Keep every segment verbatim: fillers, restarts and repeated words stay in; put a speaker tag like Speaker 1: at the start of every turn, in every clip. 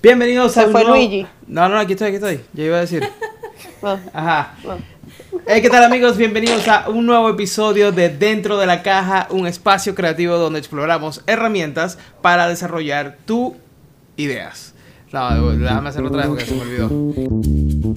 Speaker 1: Bienvenidos a
Speaker 2: Se
Speaker 1: un
Speaker 2: fue
Speaker 1: nuevo...
Speaker 2: Luigi.
Speaker 1: No, no, aquí estoy, aquí estoy. Yo iba a decir.
Speaker 2: No,
Speaker 1: Ajá.
Speaker 2: no.
Speaker 1: Hey, ¿qué tal, amigos? Bienvenidos a un nuevo episodio de Dentro de la Caja, un espacio creativo donde exploramos herramientas para desarrollar tus ideas. No, déjame hacerlo otra vez porque se me olvidó.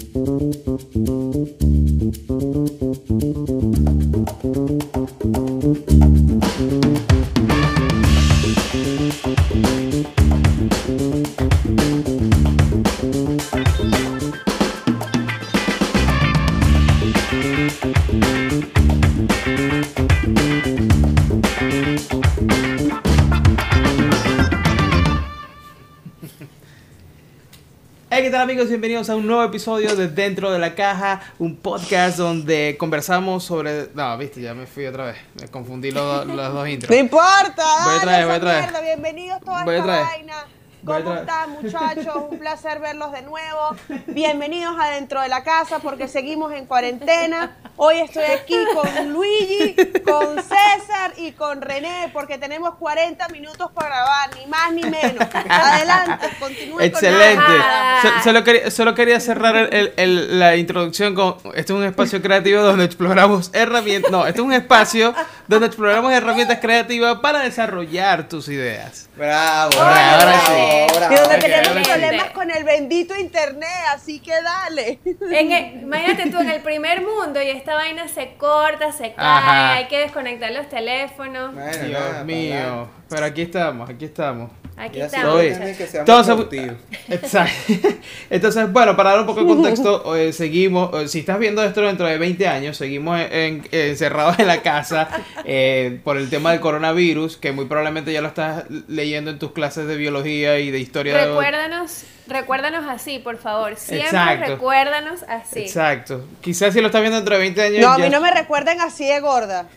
Speaker 1: Hey, ¿qué tal, amigos? Bienvenidos a un nuevo episodio de Dentro de la Caja, un podcast donde conversamos sobre... No, viste, ya me fui otra vez, me confundí los, los dos intros.
Speaker 2: No importa,
Speaker 1: Voy a
Speaker 2: dale
Speaker 1: traer, voy a
Speaker 2: esa
Speaker 1: traer.
Speaker 2: mierda, bienvenidos toda
Speaker 1: Voy a
Speaker 2: esta
Speaker 1: traer.
Speaker 2: vaina.
Speaker 1: Voy a
Speaker 2: ¿Cómo
Speaker 1: traer.
Speaker 2: están, muchachos? Un placer verlos de nuevo. Bienvenidos a Dentro de la Casa porque seguimos en cuarentena. Hoy estoy aquí con Luigi, con César y con René porque tenemos cuarenta minutos para grabar, ni más ni menos. Adelante, continúen.
Speaker 1: Excelente.
Speaker 2: Con nada.
Speaker 1: So- solo, quería, solo quería cerrar el- el- el- la introducción con... Este es un espacio creativo donde exploramos herramientas... No, este es un espacio donde exploramos herramientas creativas para desarrollar tus ideas.
Speaker 3: Bravo,
Speaker 1: Ahora,
Speaker 3: bravo,
Speaker 1: ahora sí.
Speaker 3: bravo,
Speaker 2: Y donde
Speaker 1: Ok,
Speaker 2: tenemos
Speaker 1: ahora sí.
Speaker 2: problemas con el bendito internet, así que dale.
Speaker 4: En el- imagínate tú en el primer mundo y esta vaina se corta, se cae,
Speaker 1: Ajá.
Speaker 4: hay que desconectar los teléfonos.
Speaker 3: Bueno,
Speaker 1: Dios
Speaker 3: nada,
Speaker 1: mío. Pero aquí estamos, aquí estamos.
Speaker 4: Aquí
Speaker 3: Y así
Speaker 4: estamos.
Speaker 1: Oye.
Speaker 3: también que seamos
Speaker 1: Entonces,
Speaker 3: productivos.
Speaker 1: Exacto. Entonces, bueno, para dar un poco de contexto, eh, seguimos, eh, si estás viendo esto dentro de veinte años, seguimos en- en- encerrados en la casa eh, por el tema del coronavirus, que muy probablemente ya lo estás leyendo en tus clases de biología y de historia. de-
Speaker 4: Recuérdanos, recuérdanos así, por favor. Siempre
Speaker 1: Exacto.
Speaker 4: recuérdanos así.
Speaker 1: Exacto. Quizás si lo estás viendo dentro de veinte años.
Speaker 2: No, a
Speaker 1: ya-
Speaker 2: mí no me recuerden así de gorda.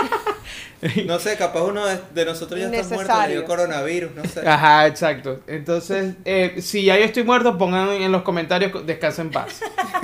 Speaker 3: No sé, capaz uno de, de nosotros ya está muerto, le
Speaker 2: Innecesario.
Speaker 3: dio coronavirus, no sé.
Speaker 1: Ajá, exacto. Entonces, eh, si ya yo estoy muerto, pongan en los comentarios, descansa en paz.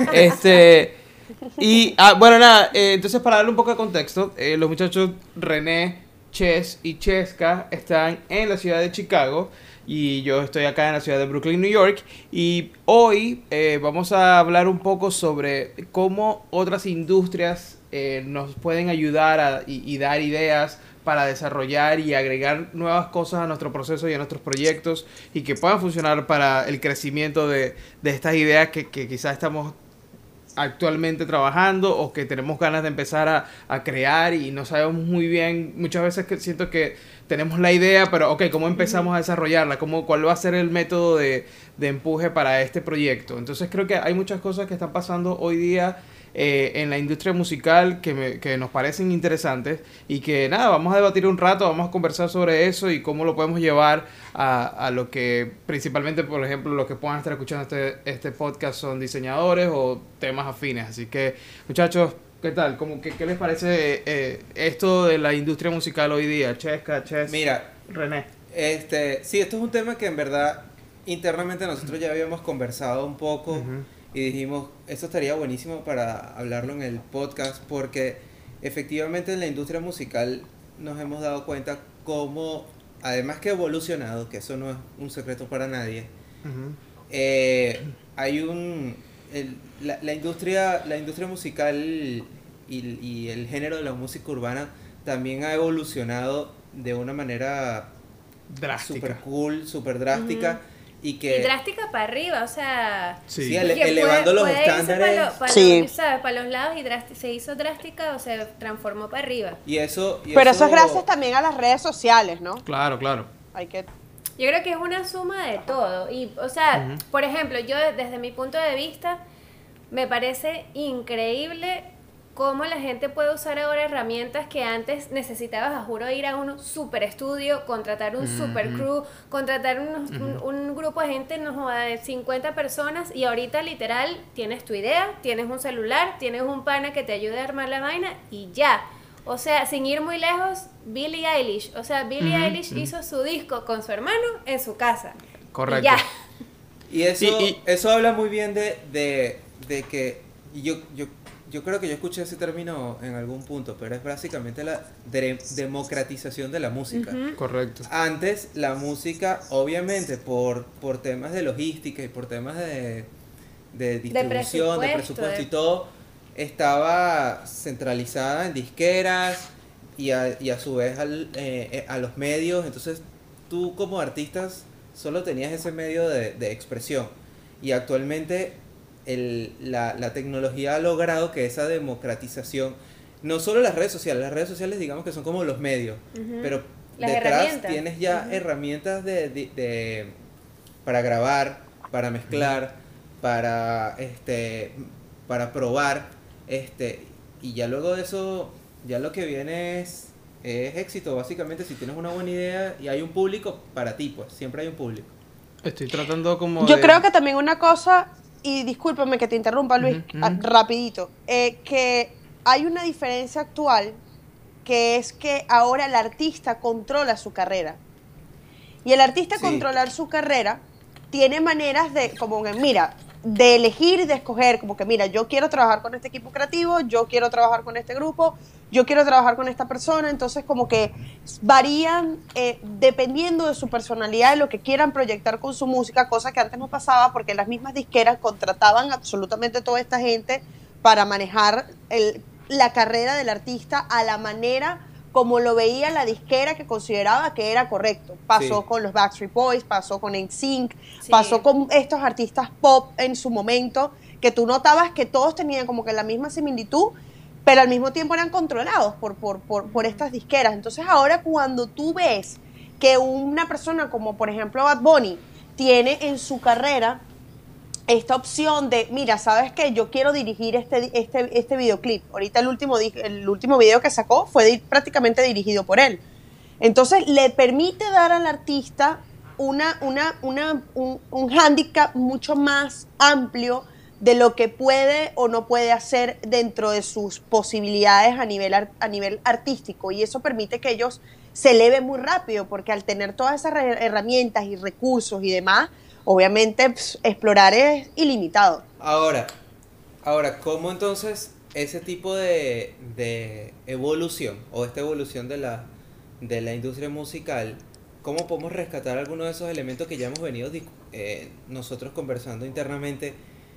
Speaker 1: Este, y, ah, bueno, nada, eh, entonces para darle un poco de contexto, eh, los muchachos René, Ches y Cheska están en la ciudad de Chicago y yo estoy acá en la ciudad de Brooklyn, New York. Y hoy eh, vamos a hablar un poco sobre cómo otras industrias eh, nos pueden ayudar a, y, y dar ideas para desarrollar y agregar nuevas cosas a nuestro proceso y a nuestros proyectos y que puedan funcionar para el crecimiento de, de estas ideas que, que quizás estamos actualmente trabajando o que tenemos ganas de empezar a, a crear y no sabemos muy bien, muchas veces que siento que tenemos la idea, pero ok, ¿cómo empezamos a desarrollarla? ¿Cómo, ¿Cuál va a ser el método de, de empuje para este proyecto? Entonces creo que hay muchas cosas que están pasando hoy día eh, en la industria musical que, me, que nos parecen interesantes y que nada, vamos a debatir un rato, vamos a conversar sobre eso y cómo lo podemos llevar a, a lo que principalmente, por ejemplo, los que puedan estar escuchando este, este podcast son diseñadores o temas afines. Así que, muchachos, ¿qué tal? ¿Cómo, qué, ¿Qué les parece eh, esto de la industria musical hoy día? Chesca, Ches,
Speaker 3: Mira,
Speaker 1: René.
Speaker 3: este, sí, esto es un tema que en verdad internamente nosotros ya habíamos conversado un poco
Speaker 1: Ujú.
Speaker 3: y dijimos, esto estaría buenísimo para hablarlo en el podcast porque efectivamente en la industria musical nos hemos dado cuenta cómo, además que ha evolucionado, que eso no es un secreto para nadie,
Speaker 1: Ujú.
Speaker 3: eh, hay un el- la, la industria la industria musical y, y el género de la música urbana también ha evolucionado de una manera
Speaker 1: Drástica.
Speaker 3: super cool, super drástica y que
Speaker 4: Y drástica para arriba, o sea...
Speaker 1: Sí.
Speaker 3: sí, ele-
Speaker 4: que
Speaker 3: elevando
Speaker 4: puede-
Speaker 3: los
Speaker 4: puede irse
Speaker 3: estándares
Speaker 4: pa lo- pa
Speaker 2: Sí.
Speaker 4: los, ¿sabes? Pa los lados y drasti- se hizo drástica o se transformó para arriba.
Speaker 3: y eso y
Speaker 2: Pero eso es gracias también a las redes sociales, ¿no?
Speaker 1: Claro, claro.
Speaker 2: Hay que...
Speaker 4: Yo creo que es una suma de todo. Y, o sea,
Speaker 1: Ujú.
Speaker 4: por ejemplo, yo desde mi punto de vista, me parece increíble cómo la gente puede usar ahora herramientas que antes necesitabas, a juro, ir a un super estudio, contratar un super crew, contratar unos- un, un grupo de gente, no joda, de cincuenta personas, y ahorita literal tienes tu idea, tienes un celular, tienes un pana que te ayude a armar la vaina y ya. O sea, sin ir muy lejos, Billie Eilish. O sea, Billie
Speaker 1: Ujú,
Speaker 4: Eilish
Speaker 1: ujú.
Speaker 4: hizo su disco con su hermano en su casa.
Speaker 1: Correcto.
Speaker 4: Y ya.
Speaker 3: y eso
Speaker 1: Y- y-
Speaker 3: eso habla muy bien de, de, de que yo yo yo creo que yo escuché ese término en algún punto, pero es básicamente la de- democratización de la música.
Speaker 4: Ujú.
Speaker 1: Correcto.
Speaker 3: Antes la música, obviamente, por, por temas de logística y por temas de, de distribución, de
Speaker 4: presupuesto,
Speaker 3: presupuesto,
Speaker 4: de-
Speaker 3: y todo, estaba centralizada en disqueras y a, y a su vez al, eh, eh, a los medios. Entonces tú como artistas solo tenías ese medio de, de expresión. Y actualmente el, la, la tecnología ha logrado que esa democratización, no solo las redes sociales, las redes sociales digamos que son como los medios,
Speaker 4: Ujú.
Speaker 3: pero
Speaker 4: Las
Speaker 3: detrás
Speaker 4: herramientas.
Speaker 3: tienes ya
Speaker 4: Ujú.
Speaker 3: herramientas de, de- de- para grabar, para mezclar, para este para probar, este y ya luego de eso, ya lo que viene es, es éxito básicamente si tienes una buena idea y hay un público para ti, pues siempre hay un público.
Speaker 1: Estoy tratando como
Speaker 2: Yo
Speaker 1: de...
Speaker 2: creo que también una cosa, y discúlpame que te interrumpa, Luis,
Speaker 1: Ujú, ujú.
Speaker 2: ah, rapidito, eh, que hay una diferencia actual, que es que ahora el artista controla su carrera. Y el artista
Speaker 3: Sí.
Speaker 2: controlar su carrera tiene maneras de, como que, mira, de elegir y de escoger, como que, mira, yo quiero trabajar con este equipo creativo, yo quiero trabajar con este grupo, yo quiero trabajar con esta persona, entonces como que varían eh, dependiendo de su personalidad, de lo que quieran proyectar con su música, cosa que antes no pasaba porque las mismas disqueras contrataban absolutamente toda esta gente para manejar el, la carrera del artista a la manera como lo veía la disquera que consideraba que era correcto. Pasó
Speaker 3: Sí.
Speaker 2: con los Backstreet Boys, pasó con N Sync,
Speaker 4: Sí.
Speaker 2: pasó con estos artistas pop en su momento, que tú notabas que todos tenían como que la misma similitud, pero al mismo tiempo eran controlados por, por, por, por estas disqueras. Entonces ahora cuando tú ves que una persona como por ejemplo Bad Bunny tiene en su carrera esta opción de, mira, ¿sabes qué? Yo quiero dirigir este, este, este videoclip. Ahorita el último, di- el último video que sacó fue di- prácticamente dirigido por él. Entonces le permite dar al artista una, una, una, un, un hándicap mucho más amplio de lo que puede o no puede hacer dentro de sus posibilidades a nivel, ar- a nivel artístico. Y eso permite que ellos se eleven muy rápido, porque al tener todas esas re- herramientas y recursos y demás, obviamente pues, explorar es ilimitado.
Speaker 3: Ahora, ahora, ¿cómo entonces ese tipo de, de evolución o esta evolución de la, de la industria musical, cómo podemos rescatar algunos de esos elementos que ya hemos venido dis- eh, nosotros conversando internamente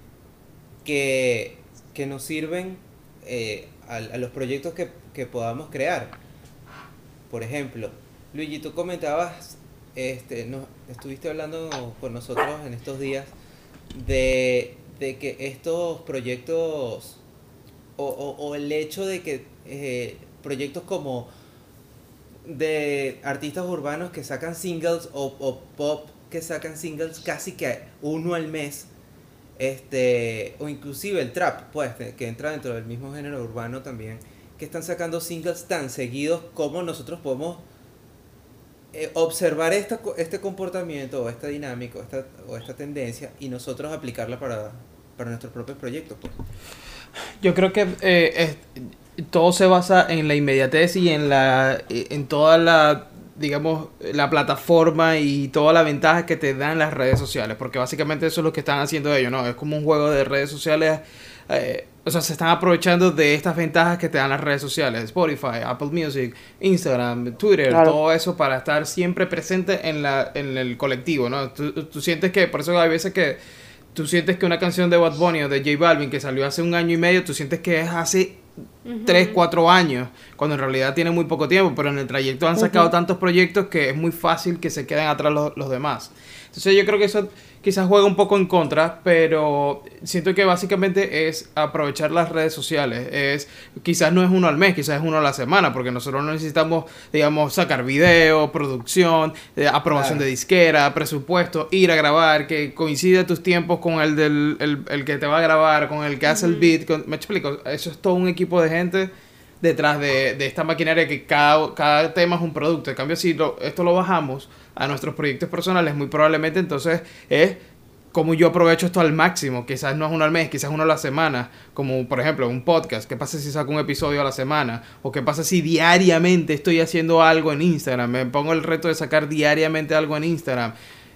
Speaker 3: que, que nos sirven eh, a, a los proyectos que, que podamos crear? Por ejemplo, Luigi, tú comentabas, este, nos, estuviste hablando con nosotros en estos días de, de que estos proyectos o, o, o el hecho de que eh, proyectos como de artistas urbanos que sacan singles o, o pop que sacan singles casi que uno al mes, este o inclusive el trap, pues, que entra dentro del mismo género urbano también, que están sacando singles tan seguidos, como nosotros podemos eh, observar esta, co- este comportamiento o esta dinámica o esta, o esta tendencia y nosotros aplicarla para, para nuestros propios proyectos, pues.
Speaker 1: Yo creo que eh, es- todo se basa en la inmediatez y en la en toda la, digamos, la plataforma y toda la ventaja que te dan las redes sociales, porque básicamente eso es lo que están haciendo ellos, ¿no? Es como un juego de redes sociales, eh, o sea, se están aprovechando de estas ventajas que te dan las redes sociales, Spotify, Apple Music, Instagram, Twitter,
Speaker 2: Claro.
Speaker 1: todo eso para estar siempre presente en la en el colectivo, ¿no? Tú, tú sientes que, por eso hay veces que tú sientes que una canción de Bad Bunny o de J Balvin que salió hace un año y medio, tú sientes que es hace tres, cuatro años, cuando en realidad tiene muy poco tiempo, pero en el trayecto han sacado
Speaker 2: Ujú.
Speaker 1: tantos proyectos que es muy fácil que se queden atrás los, los demás. Entonces yo creo que eso quizás juega un poco en contra, pero siento que básicamente es aprovechar las redes sociales. Es, quizás no es uno al mes, quizás es uno a la semana, porque nosotros no necesitamos, digamos, sacar video, producción, eh, aprobación
Speaker 3: Claro.
Speaker 1: de disquera, presupuesto, ir a grabar, que coincida tus tiempos con el del el, el que te va a grabar, con el que hace el beat. Con- me explico, eso es todo un equipo de gente detrás de, de esta maquinaria que cada, cada tema es un producto. En cambio, si lo- esto lo bajamos a nuestros proyectos personales, muy probablemente entonces es como yo aprovecho esto al máximo. Quizás no es uno al mes, quizás uno a la semana, como por ejemplo un podcast. ¿Qué pasa si saco un episodio a la semana? O qué pasa si diariamente estoy haciendo algo en Instagram, me pongo el reto de sacar diariamente algo en Instagram.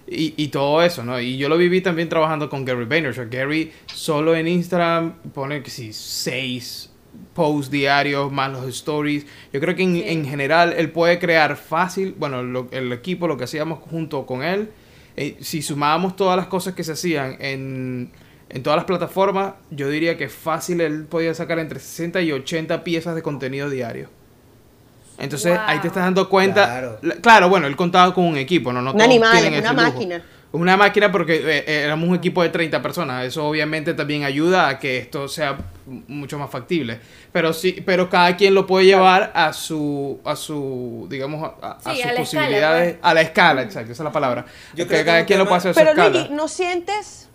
Speaker 1: Y, y todo eso, ¿no? Y yo lo viví también trabajando con Gary Vaynerchuk. Gary solo en Instagram pone que sí, seis posts diarios más los stories. Yo creo que en,
Speaker 4: Sí.
Speaker 1: en general él puede crear fácil, bueno, lo- el equipo, lo que hacíamos junto con él, eh, si sumábamos todas las cosas que se hacían en, en todas las plataformas, yo diría que fácil él podía sacar entre sesenta y ochenta piezas de contenido diario. Entonces
Speaker 4: Wow.
Speaker 1: ahí te estás dando cuenta.
Speaker 3: Claro.
Speaker 1: la- Claro, bueno, él contaba con un equipo, no, no
Speaker 2: Un
Speaker 1: todos
Speaker 2: animal,
Speaker 1: tienen
Speaker 2: es
Speaker 1: ese
Speaker 2: una
Speaker 1: lujo.
Speaker 2: máquina.
Speaker 1: Una máquina porque eh, eh, éramos un equipo de treinta personas. Eso obviamente también ayuda a que esto sea m- mucho más factible. Pero sí, pero cada quien lo puede llevar a su, a su, digamos, a, a
Speaker 4: Sí,
Speaker 1: sus
Speaker 4: a la
Speaker 1: posibilidades,
Speaker 4: escala, pues.
Speaker 1: a la escala, exacto, esa es la palabra.
Speaker 3: Yo
Speaker 1: Que
Speaker 3: creo que
Speaker 1: cada
Speaker 3: es un
Speaker 1: quien lo
Speaker 3: tema-
Speaker 1: puede hacer a su
Speaker 2: Pero
Speaker 1: escala.
Speaker 2: Luigi, ¿no sientes,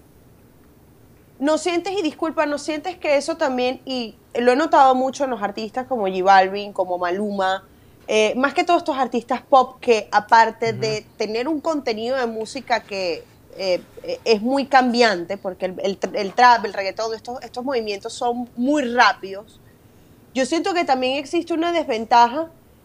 Speaker 2: no sientes y disculpa, no sientes que eso también, y lo he notado mucho en los artistas como J Balvin, como Maluma, eh, más que todos estos artistas pop que aparte de tener un contenido de música que eh, eh, es muy cambiante, porque el, el, el trap, el reggaetón, estos, estos movimientos son muy rápidos, yo siento que también existe una desventaja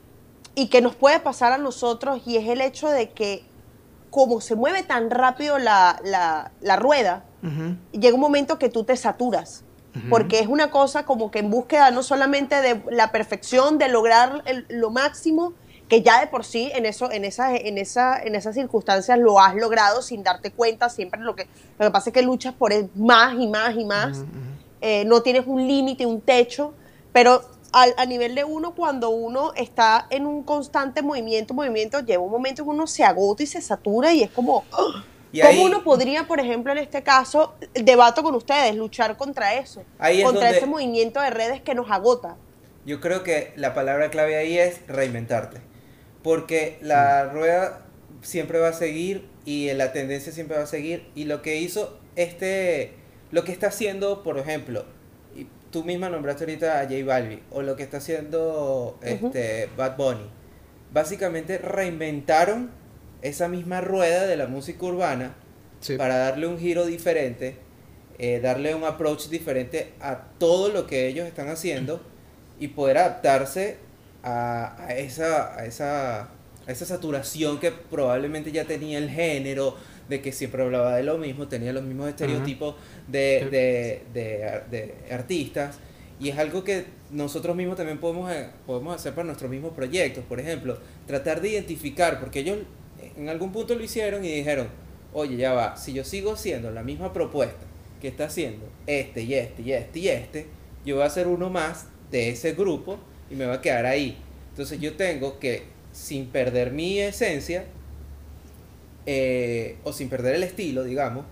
Speaker 2: y que nos puede pasar a nosotros, y es el hecho de que como se mueve tan rápido la, la, la rueda,
Speaker 1: Ujú.
Speaker 2: llega un momento que tú te saturas, porque es una cosa como que en búsqueda no solamente de la perfección, de lograr el- lo máximo, que ya de por sí en eso, en esa, en esa, en esas circunstancias lo has logrado sin darte cuenta, siempre lo que, lo que pasa es que luchas por el más y más y más, eh, no tienes un límite, un techo, pero a, a nivel de uno, cuando uno está en un constante movimiento, movimiento, llega un momento en que uno se agota y se satura y es como, ¡ah!
Speaker 3: Y
Speaker 2: ¿cómo
Speaker 3: ahí-
Speaker 2: uno podría, por ejemplo, en este caso, debato con ustedes, luchar contra eso,
Speaker 3: Ahí es
Speaker 2: contra
Speaker 3: donde-
Speaker 2: ese movimiento de redes que nos agota?
Speaker 3: Yo creo que la palabra clave ahí es reinventarte. Porque la rueda siempre va a seguir y la tendencia siempre va a seguir. Y lo que hizo este, lo que está haciendo, por ejemplo, y tú misma nombraste ahorita a J Balvin, o lo que está haciendo este, Bad Bunny, básicamente reinventaron esa misma rueda de la música urbana
Speaker 1: Sí.
Speaker 3: para darle un giro diferente, eh, darle un approach diferente a todo lo que ellos están haciendo y poder adaptarse a, a esa, a, esa, a esa saturación que probablemente ya tenía el género, de que siempre hablaba de lo mismo, tenía los mismos estereotipos de,
Speaker 1: Sí.
Speaker 3: de, de, ar- de artistas, y es algo que nosotros mismos también podemos, eh, podemos hacer para nuestros mismos proyectos. Por ejemplo, tratar de identificar, porque ellos en algún punto lo hicieron y dijeron, oye, ya va, si yo sigo haciendo la misma propuesta que está haciendo este y este y este y este, yo voy a hacer uno más de ese grupo y me va a quedar ahí. Entonces yo tengo que, sin perder mi esencia, eh, o sin perder el estilo, digamos,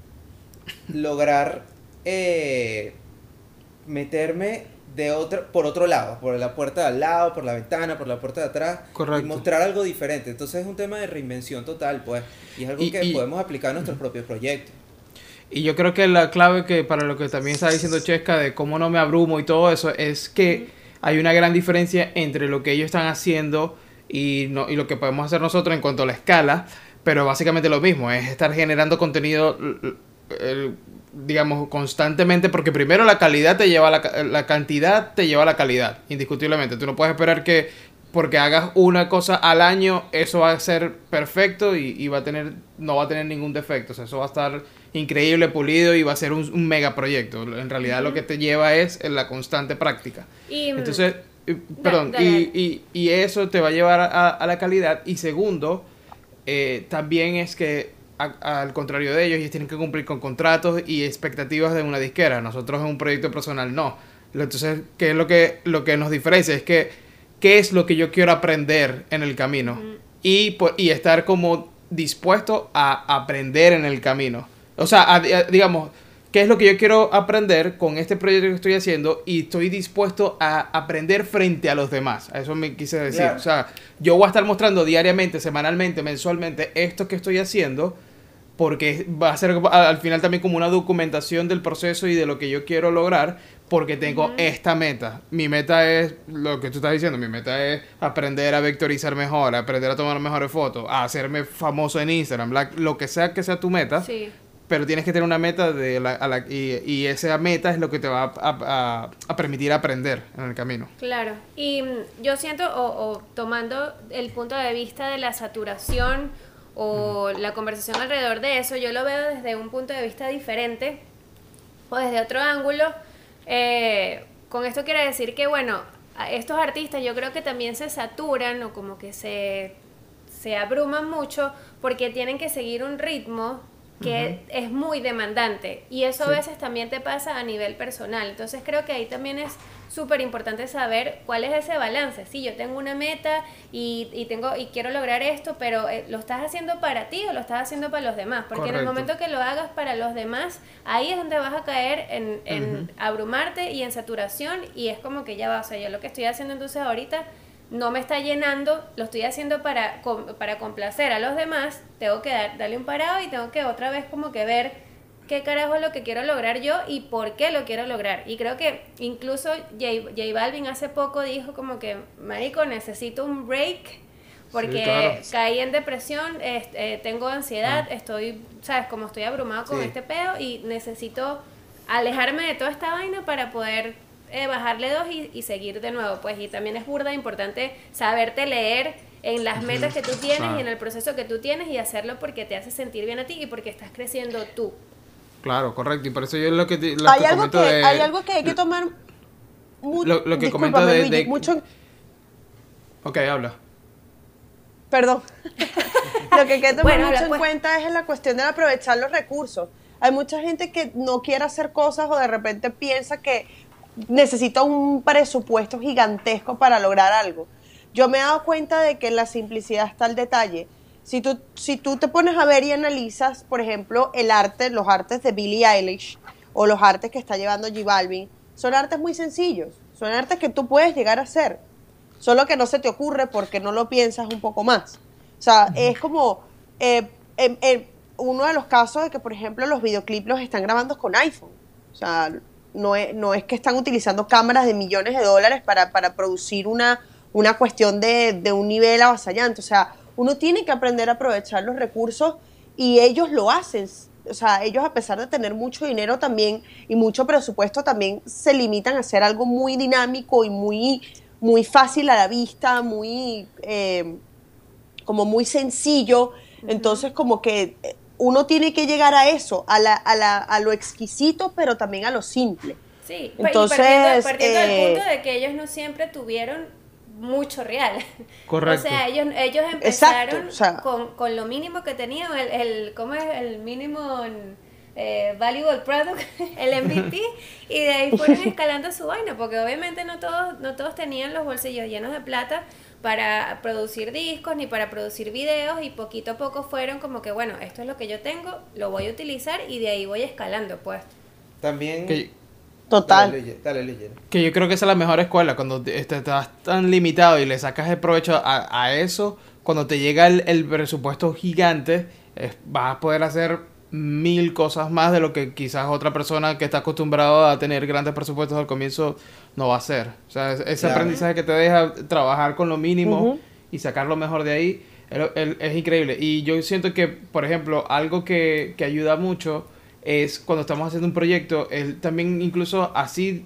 Speaker 3: lograr eh, meterme de otra, por otro lado, por la puerta de al lado, por la ventana, por la puerta de atrás,
Speaker 1: Correcto.
Speaker 3: y mostrar algo diferente. Entonces es un tema de reinvención total, pues, y es algo
Speaker 1: Y-
Speaker 3: que
Speaker 1: y-
Speaker 3: podemos aplicar a nuestros propios proyectos.
Speaker 1: Y yo creo que la clave que para lo que también está diciendo Chesca de cómo no me abrumo y todo eso es que hay una gran diferencia entre lo que ellos están haciendo y, no, y lo que podemos hacer nosotros en cuanto a la escala, pero básicamente lo mismo, es estar generando contenido, l- l- digamos, constantemente, porque primero la calidad te lleva a la, ca- la cantidad te lleva a la calidad, indiscutiblemente. Tú no puedes esperar que porque hagas una cosa al año, eso va a ser perfecto y, y va a tener, no va a tener ningún defecto. O sea, eso va a estar increíble, pulido y va a ser un, un mega proyecto. En realidad lo que te lleva es en la constante práctica.
Speaker 4: Y,
Speaker 1: Entonces, eh, perdón,
Speaker 4: dale,
Speaker 1: y,
Speaker 4: dale.
Speaker 1: y, y eso te va a llevar a, a la calidad. Y segundo, eh, también es que a- al contrario de ellos, ellos tienen que cumplir con contratos y expectativas de una disquera. Nosotros en un proyecto personal no. Entonces, ¿qué es lo que, lo que nos diferencia? Es que, ¿qué es lo que yo quiero aprender en el camino?
Speaker 4: Ujú.
Speaker 1: Y, po- y estar como dispuesto a aprender en el camino. O sea, a- a- digamos, ¿qué es lo que yo quiero aprender con este proyecto que estoy haciendo? Y estoy dispuesto a aprender frente a los demás. A eso me quise decir.
Speaker 3: Claro.
Speaker 1: O sea, yo voy a estar mostrando diariamente, semanalmente, mensualmente esto que estoy haciendo, porque va a ser a- al final también como una documentación del proceso y de lo que yo quiero lograr, porque tengo
Speaker 4: Ujú.
Speaker 1: esta meta. Mi meta es lo que tú estás diciendo, mi meta es aprender a vectorizar mejor, aprender a tomar mejores fotos, a hacerme famoso en Instagram, la- lo que sea que sea tu meta,
Speaker 4: Sí.
Speaker 1: pero tienes que tener una meta de la, a la- y, y esa meta es lo que te va a, a- a permitir aprender en el camino.
Speaker 4: Claro, y mm, yo siento, o, o tomando el punto de vista de la saturación o la conversación alrededor de eso, yo lo veo desde un punto de vista diferente o desde otro ángulo. Eh, con esto quiere decir que, bueno, estos artistas yo creo que también se saturan o como que se, se abruman mucho porque tienen que seguir un ritmo que uh-huh. es muy demandante, y eso sí. a veces también te pasa a nivel personal. Entonces creo que ahí también es súper importante saber cuál es ese balance. Sí, yo tengo una meta y, y tengo y quiero lograr esto, pero eh, ¿lo estás haciendo para ti o lo estás haciendo para los demás? Porque Correcto. En el momento que lo hagas para los demás, ahí es donde vas a caer en, en uh-huh. abrumarte y en saturación, y es como que ya va, o sea, yo lo que estoy haciendo entonces ahorita no me está llenando, lo estoy haciendo para, para complacer a los demás, tengo que dar, darle un parado y tengo que otra vez como que ver qué carajo es lo que quiero lograr yo y por qué lo quiero lograr. Y creo que incluso J, J Balvin hace poco dijo como que, marico, necesito un break porque sí, claro. caí en depresión, eh, tengo ansiedad, ah. estoy, sabes, como estoy abrumado con sí. este peo y necesito alejarme de toda esta vaina para poder eh, bajarle dos y, y seguir de nuevo, pues. Y también es burda importante saberte leer en las metas que tú tienes ah. y en el proceso que tú tienes, y hacerlo porque te hace sentir bien a ti y porque estás creciendo tú.
Speaker 1: Claro, correcto, y por eso yo es lo que, te, lo
Speaker 2: hay
Speaker 1: que
Speaker 2: algo
Speaker 1: comento
Speaker 2: que,
Speaker 1: de...
Speaker 2: Hay algo que hay que tomar mucho...
Speaker 1: Lo, lo que comento de,
Speaker 2: Luigi,
Speaker 1: de...
Speaker 2: mucho...
Speaker 1: Ok, habla.
Speaker 2: Perdón. Lo que hay que tomar
Speaker 4: bueno,
Speaker 2: mucho
Speaker 4: habla,
Speaker 2: en
Speaker 4: pues.
Speaker 2: cuenta es la cuestión de aprovechar los recursos. Hay mucha gente que no quiere hacer cosas o de repente piensa que necesita un presupuesto gigantesco para lograr algo. Yo me he dado cuenta de que en la simplicidad está el detalle. Si tú, si tú te pones a ver y analizas, por ejemplo, el arte, los artes de Billie Eilish o los artes que está llevando J Balvin, son artes muy sencillos, son artes que tú puedes llegar a hacer, solo que no se te ocurre porque no lo piensas un poco más. O sea, uh-huh. es como eh, eh, eh, uno de los casos de que, por ejemplo, los videoclips los están grabando con iPhone. O sea, no es, no es que están utilizando cámaras de millones de dólares para, para producir una, una cuestión de, de un nivel avasallante. O sea, uno tiene que aprender a aprovechar los recursos y ellos lo hacen. O sea, ellos, a pesar de tener mucho dinero también y mucho presupuesto, también se limitan a hacer algo muy dinámico y muy, muy fácil a la vista, muy eh, como muy sencillo. Uh-huh. Entonces, como que uno tiene que llegar a eso, a, la, a, la, a lo exquisito, pero también a lo simple.
Speaker 4: Sí,
Speaker 2: entonces,
Speaker 4: y partiendo, partiendo
Speaker 2: eh,
Speaker 4: del punto de que ellos no siempre tuvieron mucho real.
Speaker 1: Correcto.
Speaker 4: O sea, ellos, ellos empezaron
Speaker 2: Exacto, o sea,
Speaker 4: con, con lo mínimo que tenían, el, el ¿cómo es? El mínimo eh, valuable product, el M V P, y de ahí fueron escalando su vaina, porque obviamente no todos, no todos tenían los bolsillos llenos de plata para producir discos ni para producir videos, y poquito a poco fueron como que, bueno, esto es lo que yo tengo, lo voy a utilizar y de ahí voy escalando, pues.
Speaker 3: También...
Speaker 1: Que,
Speaker 2: total.
Speaker 3: Dale, dale, dale.
Speaker 1: Que yo creo que esa es la mejor escuela, cuando te, te, estás tan limitado y le sacas el provecho a, a eso, cuando te llega el, el presupuesto gigante, es, vas a poder hacer mil cosas más de lo que quizás otra persona que está acostumbrado a tener grandes presupuestos al comienzo no va a hacer. O sea, ese claro. aprendizaje que te deja trabajar con lo mínimo uh-huh. y sacar lo mejor de ahí es, es, es increíble. Y yo siento que, por ejemplo, algo que, que ayuda mucho es cuando estamos haciendo un proyecto, el también incluso así,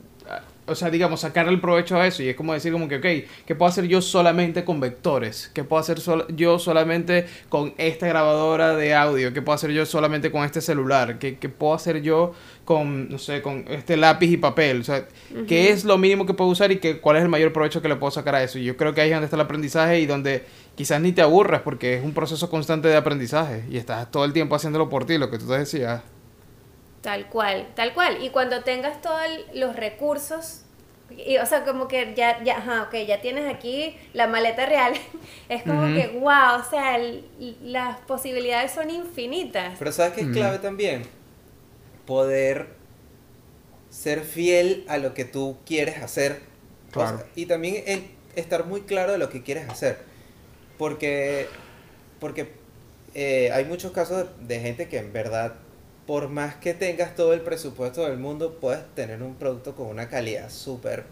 Speaker 1: o sea, digamos, sacar el provecho a eso, y es como decir como que, ok, ¿qué puedo hacer yo solamente con vectores? ¿Qué puedo hacer sol- yo solamente con esta grabadora de audio? ¿Qué puedo hacer yo solamente con este celular? ¿Qué, qué puedo hacer yo con, no sé, con este lápiz y papel? O sea, uh-huh. ¿qué es lo mínimo que puedo usar y que, cuál es el mayor provecho que le puedo sacar a eso? Y yo creo que ahí es donde está el aprendizaje y donde quizás ni te aburres, porque es un proceso constante de aprendizaje y estás todo el tiempo haciéndolo por ti, lo que tú te decías.
Speaker 4: Tal cual, tal cual. Y cuando tengas todos los recursos, y, o sea, como que ya, ya, ajá, ok, ya tienes aquí la maleta real, es como uh-huh. que, wow, o sea, el, las posibilidades son infinitas.
Speaker 3: Pero ¿sabes qué es uh-huh. clave también? Poder ser fiel a lo que tú quieres hacer.
Speaker 1: Claro.
Speaker 3: O sea, y también el estar muy claro de lo que quieres hacer. Porque, porque eh, hay muchos casos de, de gente que en verdad, por más que tengas todo el presupuesto del mundo, puedes tener un producto con una calidad súper...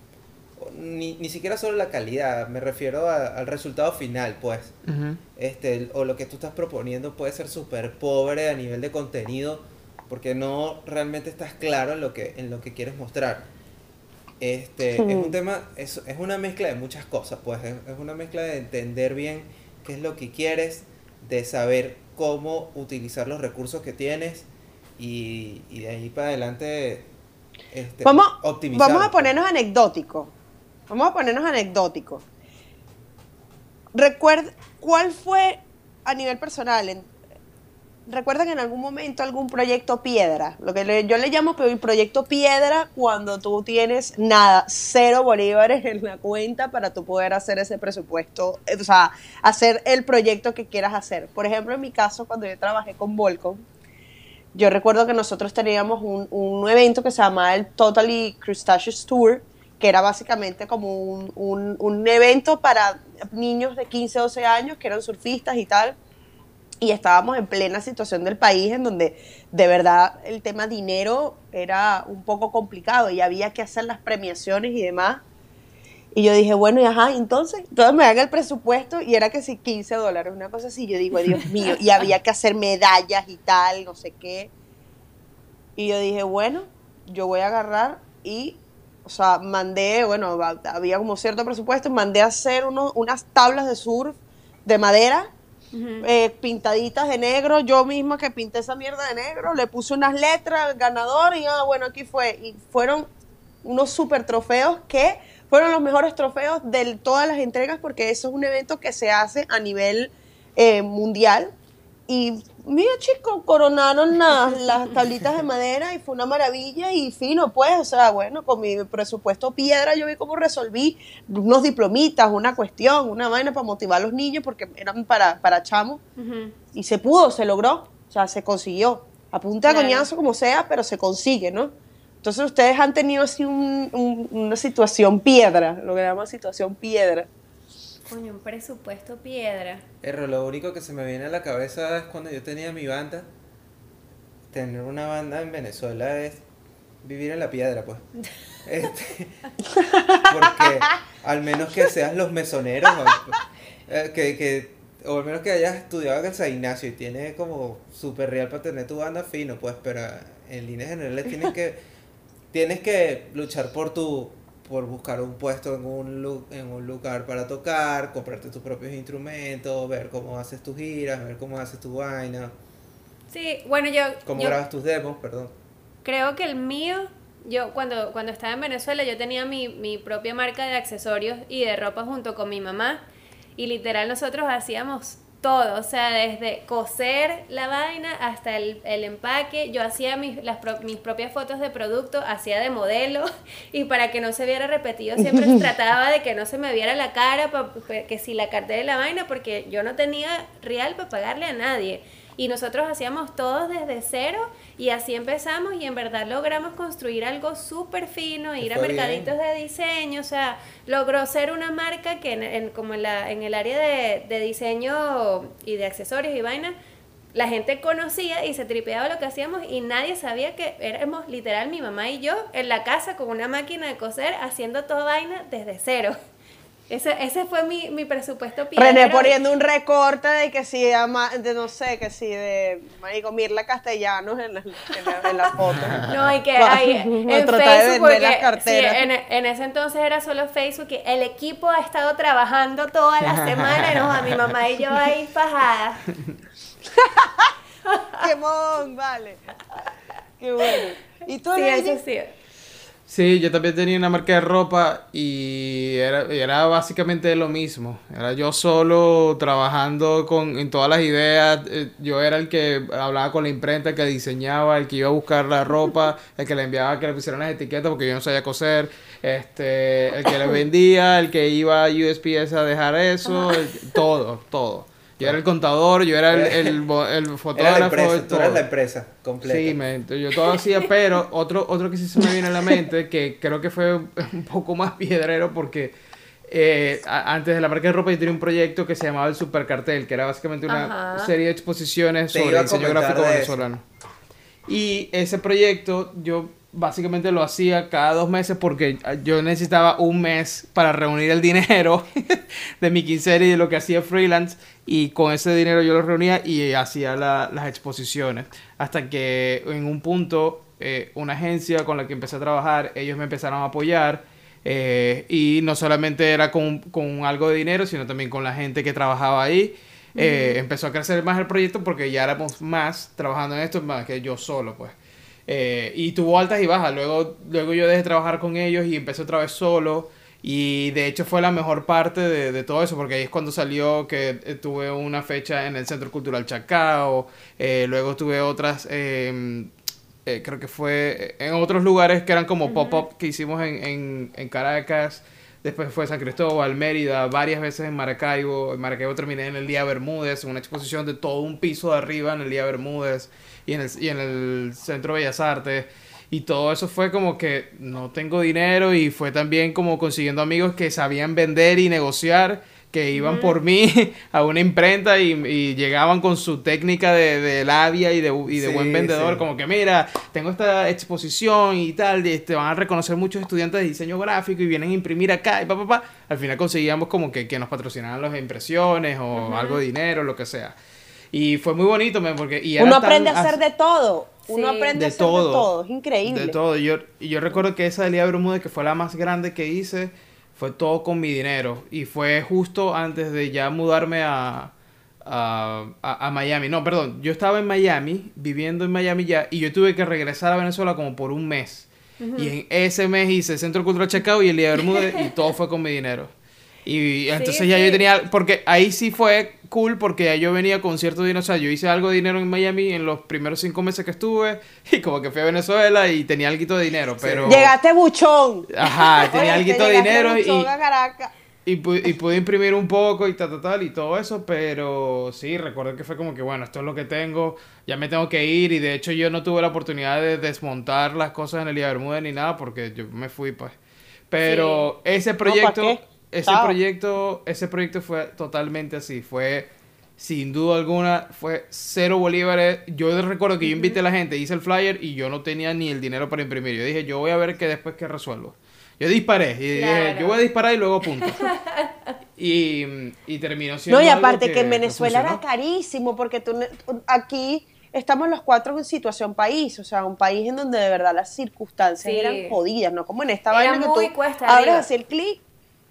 Speaker 3: Ni, ni siquiera solo la calidad, me refiero a, al resultado final, pues. Uh-huh. Este, o lo que tú estás proponiendo puede ser súper pobre a nivel de contenido, porque no realmente estás claro en lo que, en lo que quieres mostrar. Este, uh-huh. Es un tema, es, es una mezcla de muchas cosas, pues. Es, es una mezcla de entender bien qué es lo que quieres, de saber cómo utilizar los recursos que tienes y, y de ahí para adelante este,
Speaker 2: Vamos,
Speaker 3: optimizar.
Speaker 2: vamos a ponernos anecdóticos. Vamos a ponernos anecdóticos. Recuerda, ¿cuál fue a nivel personal? En, ¿Recuerdan en algún momento algún proyecto piedra? Lo que le, yo le llamo proyecto piedra cuando tú tienes nada, cero bolívares en la cuenta para tú poder hacer ese presupuesto, o sea, hacer el proyecto que quieras hacer. Por ejemplo, en mi caso, cuando yo trabajé con Volcom, yo recuerdo que nosotros teníamos un, un evento que se llamaba el Totally Crustaceous Tour, que era básicamente como un, un, un evento para niños de quince, doce años que eran surfistas y tal. Y estábamos en plena situación del país en donde de verdad el tema dinero era un poco complicado y había que hacer las premiaciones y demás. Y yo dije, bueno, y ajá, entonces, entonces me haga el presupuesto y era que sí, quince dólares, una cosa así. Yo digo, Dios mío, y había que hacer medallas y tal, no sé qué. Y yo dije, bueno, yo voy a agarrar y, o sea, mandé, bueno, había como cierto presupuesto, mandé a hacer uno, unas tablas de surf de madera, Uh-huh. Eh, pintaditas de negro, yo misma que pinté esa mierda de negro, le puse unas letras, ganador, y ah, bueno, aquí fue, y fueron unos super trofeos que fueron los mejores trofeos de todas las entregas, porque eso es un evento que se hace a nivel eh, mundial, y mira chicos, coronaron las, las tablitas de madera y fue una maravilla y fino pues, o sea, bueno, con mi presupuesto piedra yo vi cómo resolví unos diplomitas, una cuestión, una vaina para motivar a los niños porque eran para, para chamos, uh-huh. Y se pudo, se logró, o sea, se consiguió, a punta de claro. coñazo como sea, pero se consigue, ¿no? Entonces ustedes han tenido así un, un, una situación piedra, lo que llaman situación piedra.
Speaker 4: Coño, un presupuesto piedra.
Speaker 3: Erro, lo único que se me viene a la cabeza es cuando yo tenía mi banda. Tener una banda en Venezuela es vivir en la piedra, pues. Este, porque al menos que seas los mesoneros, o, eh, que, que, o al menos que hayas estudiado en San Ignacio y tienes como súper real para tener tu banda fino, pues, pero en líneas generales tienes que, tienes que luchar por tu... por buscar un puesto en un, lu- en un lugar para tocar, comprarte tus propios instrumentos, ver cómo haces tus giras, ver cómo haces tu vaina.
Speaker 4: Sí, bueno, yo...
Speaker 3: Cómo
Speaker 4: yo
Speaker 3: grabas tus demos, perdón.
Speaker 4: Creo que el mío, yo cuando, cuando estaba en Venezuela, yo tenía mi, mi propia marca de accesorios y de ropa junto con mi mamá, y literal nosotros hacíamos todo, o sea, desde coser la vaina hasta el, el empaque. Yo hacía mis, las pro, mis propias fotos de producto, hacía de modelo, y para que no se viera repetido siempre trataba de que no se me viera la cara, pa, que si la cartera de la vaina, porque yo no tenía real para pagarle a nadie. Y nosotros hacíamos todo desde cero y así empezamos y en verdad logramos construir algo súper fino, ir a mercaditos bien. de diseño, o sea, logró ser una marca que en, en, como en, la, en el área de, de diseño y de accesorios y vaina, la gente conocía y se tripeaba lo que hacíamos y nadie sabía que éramos literal mi mamá y yo en la casa con una máquina de coser haciendo toda vaina desde cero. Ese, ese fue mi, mi presupuesto piedra.
Speaker 2: René poniendo un recorte de que si, de no sé, que si de marico Mirla Castellanos en la, en la, en la foto.
Speaker 4: No, y que hay en Facebook, porque sí, en, en ese entonces era solo Facebook, y el equipo ha estado trabajando toda la semana, y no, a mi mamá y yo ahí fajadas.
Speaker 2: ¡Qué mon, vale! ¡Qué bueno! ¿Y tú,
Speaker 4: sí, eso sí.
Speaker 1: Sí, yo también tenía una marca de ropa y era, era básicamente lo mismo. Era yo solo trabajando con, en todas las ideas. Yo era el que hablaba con la imprenta, el que diseñaba, el que iba a buscar la ropa, el que le enviaba que le pusieran las etiquetas porque yo no sabía coser, este, el que le vendía, el que iba a U S P S a dejar eso, el, todo, todo. Yo era el contador, yo era el, el, el fotógrafo.
Speaker 3: Era la empresa, tú eras la empresa completa.
Speaker 1: Sí, me, yo todo hacía, pero otro, otro que sí se me viene a la mente, que creo que fue un poco más piedrero porque eh, a, antes de la marca de ropa yo tenía un proyecto que se llamaba el Supercartel, que era básicamente una Ajá. serie de exposiciones
Speaker 3: Te
Speaker 1: sobre diseño gráfico venezolano. Y ese proyecto yo básicamente lo hacía cada dos meses porque yo necesitaba un mes para reunir el dinero de mi quincena y de lo que hacía freelance, y con ese dinero yo lo reunía y hacía la, las exposiciones, hasta que en un punto eh, una agencia con la que empecé a trabajar, ellos me empezaron a apoyar, eh, y no solamente era con, con algo de dinero, sino también con la gente que trabajaba ahí. eh, empezó a crecer más el proyecto porque ya éramos más trabajando en esto, más que yo solo, pues. Eh, y tuvo altas y bajas. Luego, luego yo dejé de trabajar con ellos y empecé otra vez solo. Y de hecho fue la mejor parte de, de todo eso, porque ahí es cuando salió que eh, tuve una fecha en el Centro Cultural Chacao, eh, luego tuve otras, eh, eh, creo que fue en otros lugares que eran como uh-huh. pop-up que hicimos en, en, en Caracas, después fue San Cristóbal, Mérida, varias veces en Maracaibo. En Maracaibo terminé en el Día Bermúdez, una exposición de todo un piso de arriba en el Día Bermúdez y en el, y en el Centro Bellas Artes. Y todo eso fue como que no tengo dinero, y fue también como consiguiendo amigos que sabían vender y negociar, que iban mm. por mí a una imprenta y, y llegaban con su técnica de, de labia y de, y de sí, buen vendedor, sí. como que mira, tengo esta exposición y tal, y te van a reconocer muchos estudiantes de diseño gráfico y vienen a imprimir acá y pa, pa, pa. Al final conseguíamos como que, que nos patrocinaran las impresiones o uh-huh. algo de dinero, lo que sea. Y fue muy bonito, porque... Y
Speaker 2: uno aprende a hacer de todo. Uno
Speaker 1: sí.
Speaker 2: aprende
Speaker 1: de
Speaker 2: a hacer
Speaker 1: todo,
Speaker 2: de todo, es increíble.
Speaker 1: De todo. Yo, yo recuerdo que esa del Día Bermúdez, que fue la más grande que hice, fue todo con mi dinero. Y fue justo antes de ya mudarme a, a, a, a Miami. No, perdón, yo estaba en Miami, viviendo en Miami ya, y yo tuve que regresar a Venezuela como por un mes. Uh-huh. Y en ese mes hice Centro Cultural Chacao y el Día Bermúdez, y todo fue con mi dinero. Y entonces sí, ya sí. yo tenía, porque ahí sí fue cool, porque ya yo venía con cierto dinero, o sea, yo hice algo de dinero en Miami en los primeros cinco meses que estuve, y como que fui a Venezuela y tenía algo de dinero, pero...
Speaker 2: Llegaste buchón.
Speaker 1: Ajá, tenía algo de dinero y, y, pude, y pude imprimir un poco y tal, tal, tal, y todo eso, pero sí, recuerdo que fue como que, bueno, esto es lo que tengo, ya me tengo que ir, y de hecho yo no tuve la oportunidad de desmontar las cosas en el Día Bermúdez ni nada, porque yo me fui, pues. Pero sí. ese proyecto... No, Ese Chao. proyecto, ese proyecto fue totalmente así, fue sin duda alguna, fue cero bolívares. Yo recuerdo que yo invité a la gente, hice el flyer y yo no tenía ni el dinero para imprimir. Yo dije, yo voy a ver que después que resuelvo. Yo disparé y claro. dije, yo voy a disparar y luego apunto. y, y terminó siendo
Speaker 2: No, y aparte
Speaker 1: que,
Speaker 2: que en Venezuela era carísimo, porque tú, aquí estamos los cuatro en situación país, o sea, un país en donde de verdad las circunstancias sí. eran jodidas, ¿no? Como en esta
Speaker 4: era
Speaker 2: vaina que tú abres así el clic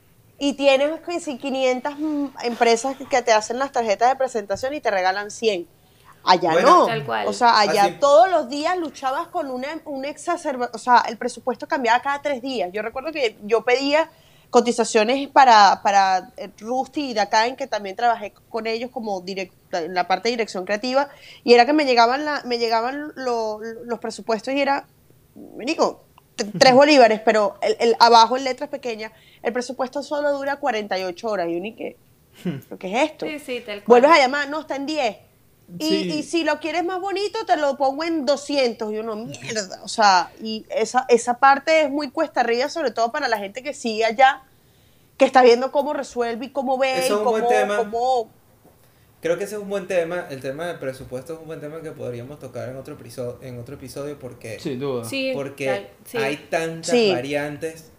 Speaker 2: y tienes quinientas empresas que te hacen las tarjetas de presentación y te regalan cien. Allá bueno, no. Tal cual. O sea, allá Así. todos los días luchabas con una, un exacerbación. O sea, el presupuesto cambiaba cada tres días. Yo recuerdo que yo pedía cotizaciones para, para Rusty y Dacain, que también trabajé con ellos como direct, en la parte de dirección creativa, y era que me llegaban, la, me llegaban lo, los presupuestos y era, me digo, tres bolívares, pero el, el, abajo en letras pequeñas, el presupuesto solo dura cuarenta y ocho horas. Y uno, ¿qué? ¿Qué es esto?
Speaker 4: Sí, sí, tal cual.
Speaker 2: Vuelves a llamar, no, está en diez. Y,
Speaker 1: sí.
Speaker 2: y si lo quieres más bonito, te lo pongo en doscientos. Y uno, mierda. O sea, y esa, esa parte es muy cuesta arriba, sobre todo para la gente que sigue allá, que está viendo cómo resuelve y cómo ve.
Speaker 3: Eso es un
Speaker 2: cómo,
Speaker 3: buen tema.
Speaker 2: Cómo...
Speaker 3: Creo que ese es un buen tema. El tema del presupuesto es un buen tema que podríamos tocar en otro episodio, en otro episodio porque,
Speaker 1: Sin duda.
Speaker 4: Sí,
Speaker 3: porque
Speaker 4: tal, sí.
Speaker 3: hay tantas
Speaker 2: sí.
Speaker 3: variantes,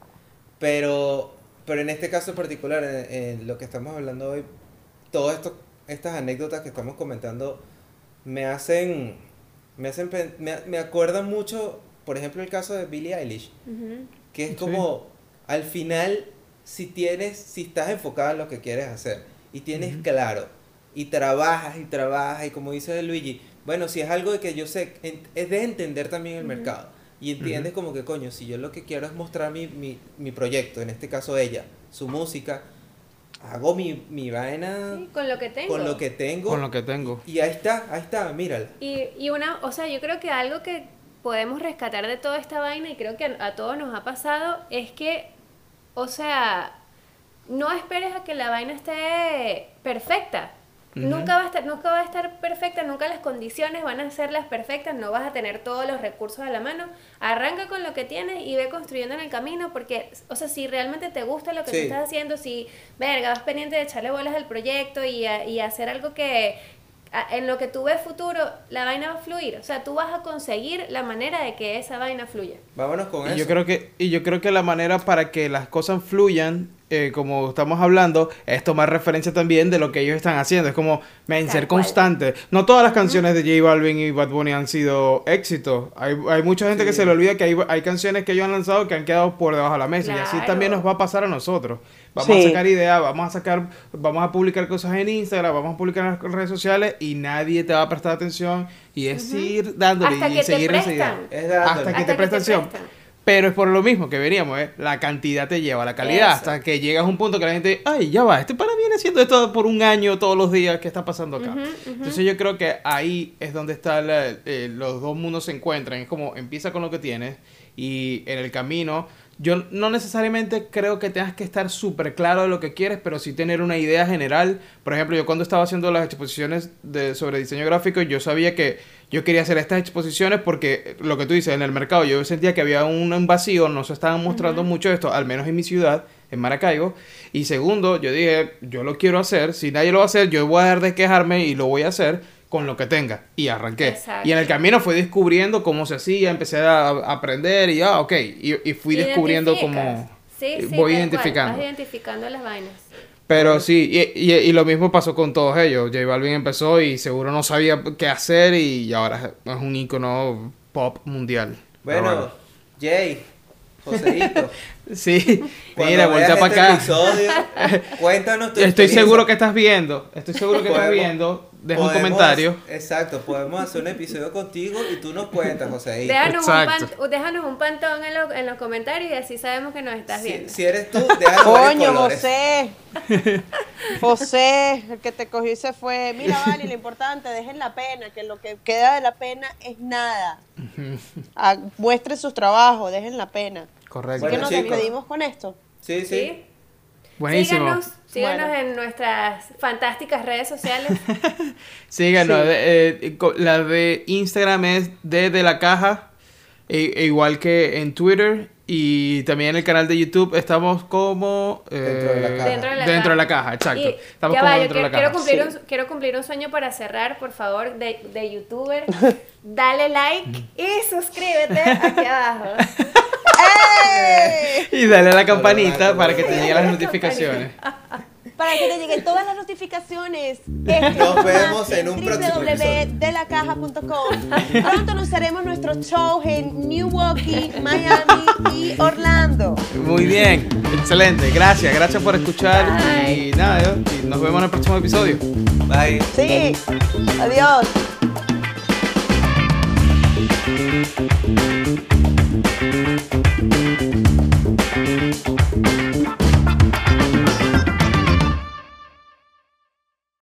Speaker 3: pero, pero en este caso en particular, en, en lo que estamos hablando hoy, todo esto, estas anécdotas que estamos comentando me hacen, me hacen, me, me acuerdan mucho, por ejemplo, el caso de Billie Eilish, uh-huh. que es como, sí. al final, si tienes, si estás enfocado en lo que quieres hacer y tienes uh-huh. claro, y trabajas y trabajas, y como dice Luigi, bueno, si es algo de que yo sé, es de entender también el uh-huh. mercado, y entiendes uh-huh. como que, coño, si yo lo que quiero es mostrar mi, mi, mi proyecto, en este caso ella, su música, hago mi, mi vaina
Speaker 4: sí, con lo que tengo.
Speaker 3: Con lo que tengo.
Speaker 1: Con lo que tengo.
Speaker 3: Y ahí está, ahí está, mírala.
Speaker 4: Y, y una, o sea, yo creo que algo que podemos rescatar de toda esta vaina, y creo que a, a todos nos ha pasado, es que, o sea, no esperes a que la vaina esté perfecta. Uh-huh. Nunca va a estar, nunca va a estar perfecta, nunca las condiciones van a ser las perfectas, no vas a tener todos los recursos a la mano. Arranca con lo que tienes y ve construyendo en el camino, porque, o sea, si realmente te gusta lo que sí. tú estás haciendo, si, verga, vas pendiente de echarle bolas al proyecto y, a, y hacer algo que, a, en lo que tú ves futuro, la vaina va a fluir. O sea, tú vas a conseguir la manera de que esa vaina fluya.
Speaker 3: Vámonos con
Speaker 1: y
Speaker 3: eso.
Speaker 1: Yo creo que, y yo creo que la manera para que las cosas fluyan eh, como estamos hablando, es tomar referencia también de lo que ellos están haciendo. Es como, men,
Speaker 4: Tal
Speaker 1: ser
Speaker 4: cual.
Speaker 1: constante. No todas las canciones de J Balvin y Bad Bunny han sido éxitos. Hay, hay mucha gente que
Speaker 3: Sí.
Speaker 1: se le olvida que hay, hay canciones que ellos han lanzado que han quedado por debajo de la mesa. Y así
Speaker 4: Claro.
Speaker 1: también nos va a pasar a nosotros. Vamos
Speaker 2: Sí.
Speaker 1: a sacar ideas, vamos a sacar, vamos a publicar cosas en Instagram, vamos a publicar en las redes sociales y nadie te va a prestar atención. Y es ir dándole
Speaker 4: Hasta
Speaker 1: y
Speaker 4: que te
Speaker 1: seguir enseguida.
Speaker 4: prestan.
Speaker 3: Es dándole.
Speaker 1: Hasta que
Speaker 4: Hasta
Speaker 1: te
Speaker 4: que te
Speaker 1: prestan atención.
Speaker 4: prestan.
Speaker 1: Pero es por lo mismo que veníamos, ¿eh? La cantidad te lleva a la calidad.
Speaker 4: Eso.
Speaker 1: Hasta que llegas a un punto que la gente, ay, ya va, este para viene haciendo esto por un año todos los días. ¿Qué está pasando acá?
Speaker 4: Ujú, ujú.
Speaker 1: Entonces yo creo que ahí es donde está la- eh, los dos mundos se encuentran. Es como empieza con lo que tienes y en el camino. Yo no necesariamente creo que tengas que estar súper claro de lo que quieres, pero sí tener una idea general. Por ejemplo, yo cuando estaba haciendo las exposiciones de, sobre diseño gráfico, yo sabía que yo quería hacer estas exposiciones porque lo que tú dices, en el mercado yo sentía que había un, un vacío, no se estaban mostrando mucho esto, al menos en mi ciudad, en Maracaibo. Y segundo, yo dije, yo lo quiero hacer, si nadie lo va a hacer, yo voy a dejar de quejarme y lo voy a hacer con lo que tenga. Y arranqué.
Speaker 4: Exacto.
Speaker 1: Y en el camino fui descubriendo cómo se hacía, empecé a, a aprender y ah, ok. Y, y fui descubriendo
Speaker 4: Identificas.
Speaker 1: cómo
Speaker 4: Sí, sí,
Speaker 1: voy
Speaker 4: tal cual,
Speaker 1: identificando.
Speaker 4: vas identificando las vainas.
Speaker 1: Pero sí, y, y, y lo mismo pasó con todos ellos. J Balvin empezó y seguro no sabía qué hacer y ahora es un ícono pop mundial. Pero
Speaker 3: Bueno, Jay, Joseito,
Speaker 1: Sí,
Speaker 3: cuando
Speaker 1: mira, voltea
Speaker 3: veas
Speaker 1: para
Speaker 3: este
Speaker 1: acá.
Speaker 3: episodio, cuéntanos tu
Speaker 1: Estoy
Speaker 3: experiencia.
Speaker 1: seguro que estás viendo. Estoy seguro que estás
Speaker 3: Podemos-
Speaker 1: viendo. Deja un
Speaker 3: podemos-
Speaker 1: comentario.
Speaker 3: Exacto, podemos hacer un episodio contigo y tú nos cuentas, Joseito.
Speaker 4: Déjanos un,
Speaker 1: Exacto.
Speaker 4: pan- déjanos un pantón en, lo- en los comentarios y así sabemos que nos estás
Speaker 3: Si,
Speaker 4: viendo.
Speaker 3: si eres tú, déjalo varios
Speaker 2: Coño,
Speaker 3: colores.
Speaker 2: José. José, el que te cogió y se fue. Mira, vale, lo importante, dejen la pena, que lo que queda de la pena es nada. Ah, muestren sus trabajos, dejen la pena.
Speaker 1: Correcto.
Speaker 2: Así que
Speaker 3: Bueno,
Speaker 2: nos
Speaker 3: chicos.
Speaker 2: despedimos con esto.
Speaker 3: Sí, sí.
Speaker 4: ¿Sí?
Speaker 1: Buenísimo.
Speaker 4: Síganos, síganos
Speaker 2: Bueno.
Speaker 4: en nuestras fantásticas redes sociales.
Speaker 1: Síganos.
Speaker 2: Sí.
Speaker 1: eh, eh, co- la de Instagram es de, de la caja. e- e igual que en Twitter. Y también en el canal de YouTube estamos como... eh,
Speaker 3: Dentro de la caja.
Speaker 4: Dentro de la
Speaker 1: Dentro de la
Speaker 4: caja.
Speaker 1: caja, exacto.
Speaker 4: Y
Speaker 1: Estamos
Speaker 4: ya
Speaker 1: como
Speaker 4: va, yo
Speaker 1: dentro de
Speaker 4: quiero,
Speaker 1: la
Speaker 4: quiero
Speaker 1: caja.
Speaker 4: cumplir
Speaker 2: Sí.
Speaker 4: un, quiero cumplir un sueño para cerrar, por favor, de, de youtuber. Dale like y suscríbete aquí abajo.
Speaker 2: ¡Ey!
Speaker 1: Y dale a la campanita
Speaker 3: Colorado,
Speaker 1: para que te
Speaker 3: colorado.
Speaker 1: lleguen las notificaciones.
Speaker 2: Para que te lleguen todas las notificaciones. Esto
Speaker 3: Nos
Speaker 2: y
Speaker 3: vemos
Speaker 2: más
Speaker 3: en un próximo
Speaker 2: w w w
Speaker 3: episodio.
Speaker 2: punto de la caja punto com. Pronto anunciaremos nuestros shows en Milwaukee, Miami y Orlando.
Speaker 1: Muy bien, excelente. Gracias, gracias por escuchar.
Speaker 4: Bye.
Speaker 1: Y nada, y nos vemos en el próximo episodio.
Speaker 3: Bye.
Speaker 2: Sí, adiós.
Speaker 3: Bye.